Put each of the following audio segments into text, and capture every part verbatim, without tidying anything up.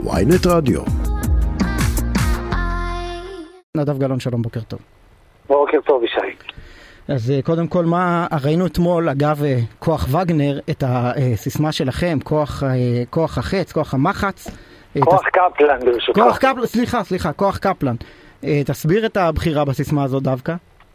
וויינט רדיו. נדב גלאון, שלום, בוקר טוב. בוקר טוב, ישי. אז קודם כל, מה ראינו אתמול, אגב, כוח וגנר, את הסיסמה שלכם, כוח, כוח החץ, כוח המחץ. כוח קפלן, ברשותך. כוח קפלן, סליחה, סליחה, כוח קפלן. תסביר את הבחירה בסיסמה הזאת דווקא.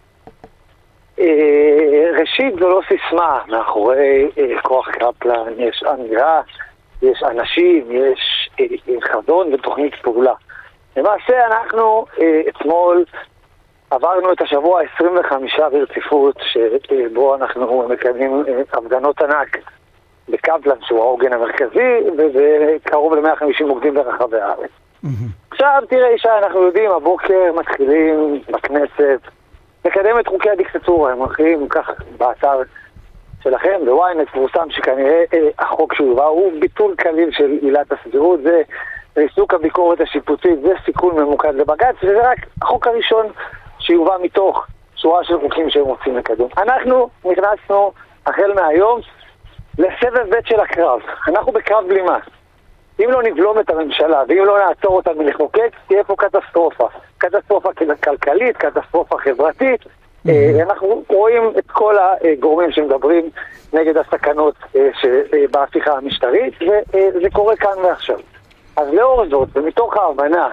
ראשית, זו לא סיסמה. מאחורי כוח קפלן יש אמירה, יש אנשים, יש חזון ותוכנית פעולה. למעשה אנחנו אתמול עברנו את השבוע ה-עשרים וחמישה ברציפות, שבו אנחנו מקיימים הפגנות ענק בקפלן, שהוא העוגן המרכזי, ובקרוב ל-מאה וחמישים מוקדים ברחבי הארץ. עכשיו תראה, ישי, אנחנו יודעים, הבוקר מתחילים בכנסת לקדם את חוקי הדיקטטורה. הם הולכים כך באתר שלכם, בוויינט, פורסם שכנראה החוק שהובא הוא ביטול כליל של עילת הסבירות, זה ריסוק הביקורת השיפוטית, זה סיכול ממוקד לבג"ץ, וזה רק החוק הראשון שיובא מתוך שורה של חוקים שהם רוצים לקדם. אנחנו נכנסנו החל מהיום לסבב ב' של הקרב. אנחנו בקרב בלימה. אם לא נבלום את הממשלה ואם לא נעצור אותה מלחוקק, תהיה פה קטסטרופה. קטסטרופה כלכלית, קטסטרופה חברתית. אנחנו רואים את כל הגורמים שמדברים נגד הסכנות בהפיכה המשטרית, וזה קורה כאן ועכשיו. אז לאור זאת, ומתוך ההבנה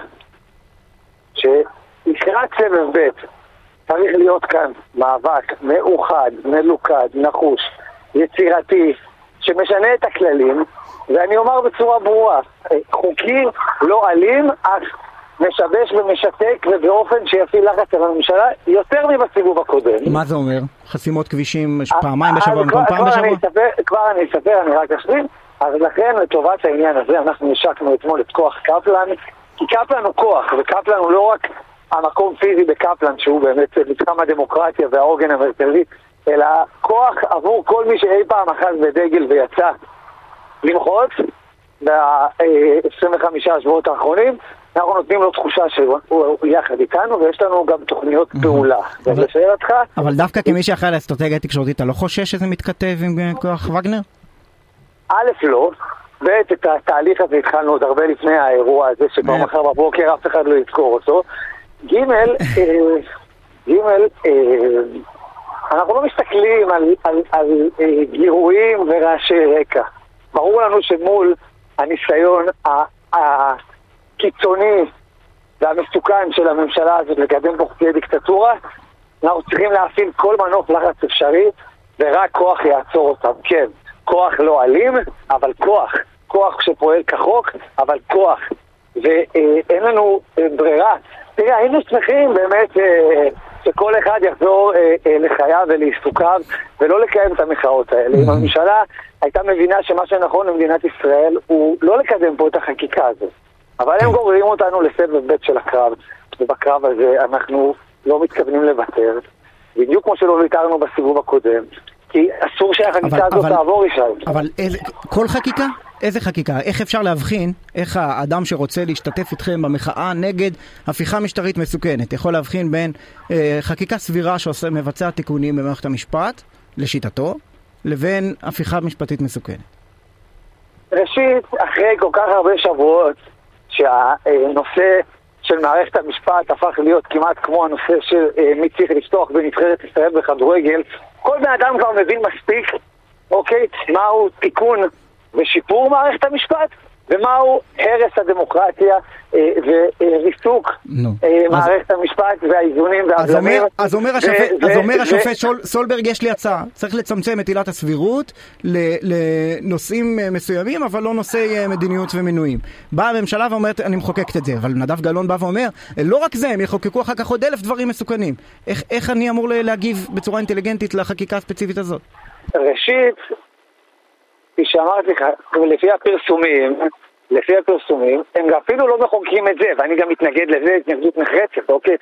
שלקראת סבב ב' צריך להיות כאן מאבק מאוחד, מלוכד, נחוש, יצירתי, שמשנה את הכללים, ואני אומר בצורה ברורה, חוקי לא אלים, אך משבש ומשתק ובאופן שיפעיל לחץ על הממשלה יותר מבסיבוב הקודם. מה זה אומר? חסימות כבישים פעמיים בשבוע במקום פעם בשבוע? כבר אני אספר, אני רק אשלים. אז לכן, לטובת העניין הזה, אנחנו נשקנו אתמול את כוח קפלן, כי קפלן הוא כוח, וקפלן הוא לא רק המקום פיזי בקפלן, שהוא באמת מתחם הדמוקרטיה והעוגן המרכזי, אלא כוח עבור כל מי שאי פעם אחז בדגל ויצא למחות ב-עשרים וחמישה השבועות האחרונים. אנחנו נותנים לו תחושה שהוא יחד איתנו, ויש לנו גם תוכניות פעולה. אבל דווקא כמי שאחראי לאסטרטגיה תקשורתית, אתה לא חושש שזה מתכתב עם כוח וגנר? א', לא. ב', את התהליך הזה התחלנו עוד הרבה לפני האירוע הזה, שכבר מחר בבוקר אף אחד לא יזכור אותו. ג', ג', אנחנו לא מסתכלים על, על, על גירויים ורעשי רקע. ברור לנו שמול הניסיון הקיצוני והמסוכן של הממשלה הזאת לקדם פה חוקי דיקטטורה, אנחנו צריכים להפעיל כל מנוף לחץ אפשרי, ורק כוח יעצור אותם. כן, כוח לא אלים, אבל כוח. כוח שפועל כחוק, אבל כוח. ואין לנו ברירה. תראה, היינו שמחים באמת שכל אחד יחזור לחייו ולעיסוקיו, ולא לקיים את המחאות האלה. אם הממשלה הייתה מבינה שמה שנכון למדינת ישראל הוא לא לקדם פה את החקיקה הזאת. אבל הם גוררים אותנו לסבב ב' של הקרב, ובקרב הזה אנחנו לא מתכוונים לוותר, בדיוק כמו שלא ויתרנו בסיבוב הקודם, כי אסור שהחקיקה הזאת תעבור, ישי. אבל כל חקיקה? איזה חקיקה? איך אפשר להבחין, איך האדם שרוצה להשתתף איתכם במחאה נגד הפיכה משטרית מסוכנת, יכול להבחין בין אה, חקיקה סבירה שעושה מבצע תיקונים במערכת המשפט, לשיטתו, לבין הפיכה משפטית מסוכנת? ראשית, אחרי כל כך הרבה שבועות, שהנושא של מערכת המשפט הפך להיות כמעט כמו הנושא של מי צריך לפתוח בנבחרת ישראל בכדורגל, כל בן אדם כבר מבין מספיק, אוקיי, מהו תיקון ושיפור מערכת המשפט, ומהו הרס הדמוקרטיה וריסוק מערכת המשפט והאיזונים והבלמים. אז אומר השופט סולברג, יש לי הצעה, צריך לצמצם את עילת הסבירות לנושאים מסוימים, אבל לא נושאי מדיניות ומינויים. באה הממשלה ואומרת, אני מחוקקת את זה, אבל נדב גלאון בא ואומר, לא רק זה, הם יחוקקו אחר כך עוד אלף דברים מסוכנים. איך אני אמור להגיב בצורה אינטליגנטית לחקיקה הספציפית הזאת? ראשית, כפי שאמרתי לך, לפי הפרסומים, לפי הפרסומים, הם אפילו לא מחוקקים את זה, ואני גם מתנגד לזה, התנגדות נחרצת, אוקיי?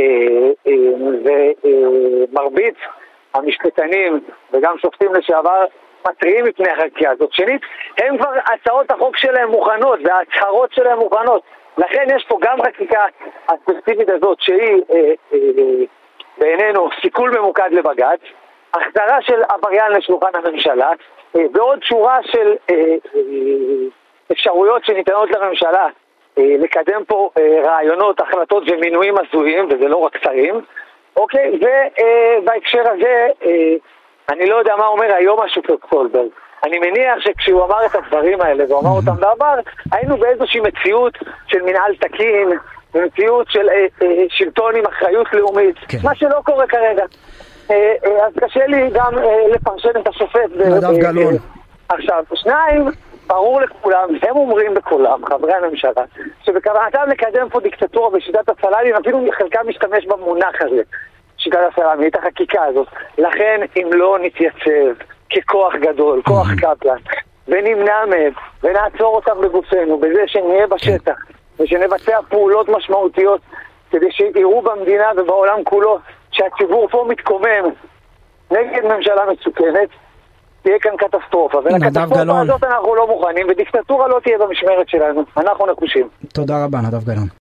ומרבית המשפטנים וגם שופטים לשעבר מטריעים מפני החקיקה הזאת. שנית, הם כבר, הצעות החוק שלהם מוכנות, וההצהרות שלהם מוכנות. לכן יש פה גם חקיקה הספציפית הזאת, שהיא בעינינו סיכול ממוקד לבג"ץ, החזרה של עבריין לשולחן הממשלה, ועוד שורה של אפשרויות שניתנות לממשלה לקדם פה רעיונות, החלטות ומינויים הזויים, וזה לא רק שרים, אוקיי? ובהקשר הזה, אני לא יודע מה אומר היום השופט סולברג. אני מניח שכשהוא אמר את הדברים האלה, והוא אמר אותם בעבר, היינו באיזושהי מציאות של מנהל תקין, במציאות של שלטון עם אחריות לאומית, מה שלא קורה כרגע. אז קשה לי גם לפרשן את השופט. נדב גלאון. עכשיו, שניים, ברור לכולם, הם אומרים בכולם, חברי הממשלה, שבכוונתם לקדם פה דיקטטורה בשיטת הסלאמי, אפילו חלקם משתמש במונח הזה, שיטת הסלאמי, את החקיקה הזאת. לכן, אם לא נתייצב ככוח גדול, כוח קפלן, ונמנע מהם, ונעצור אותם בגופנו, בזה שנהיה בשטח, ושנבצע פעולות משמעותיות, כדי שיראו במדינה ובעולם כולו, שהציבור פה מתקומם נגד ממשלה מסוכנת, תהיה כאן קטסטרופה, ולקטסטרופה הזאת אנחנו לא מוכנים, ודיקטטורה לא תהיה במשמרת שלנו, אנחנו נחושים. תודה רבה, נדב גלאון.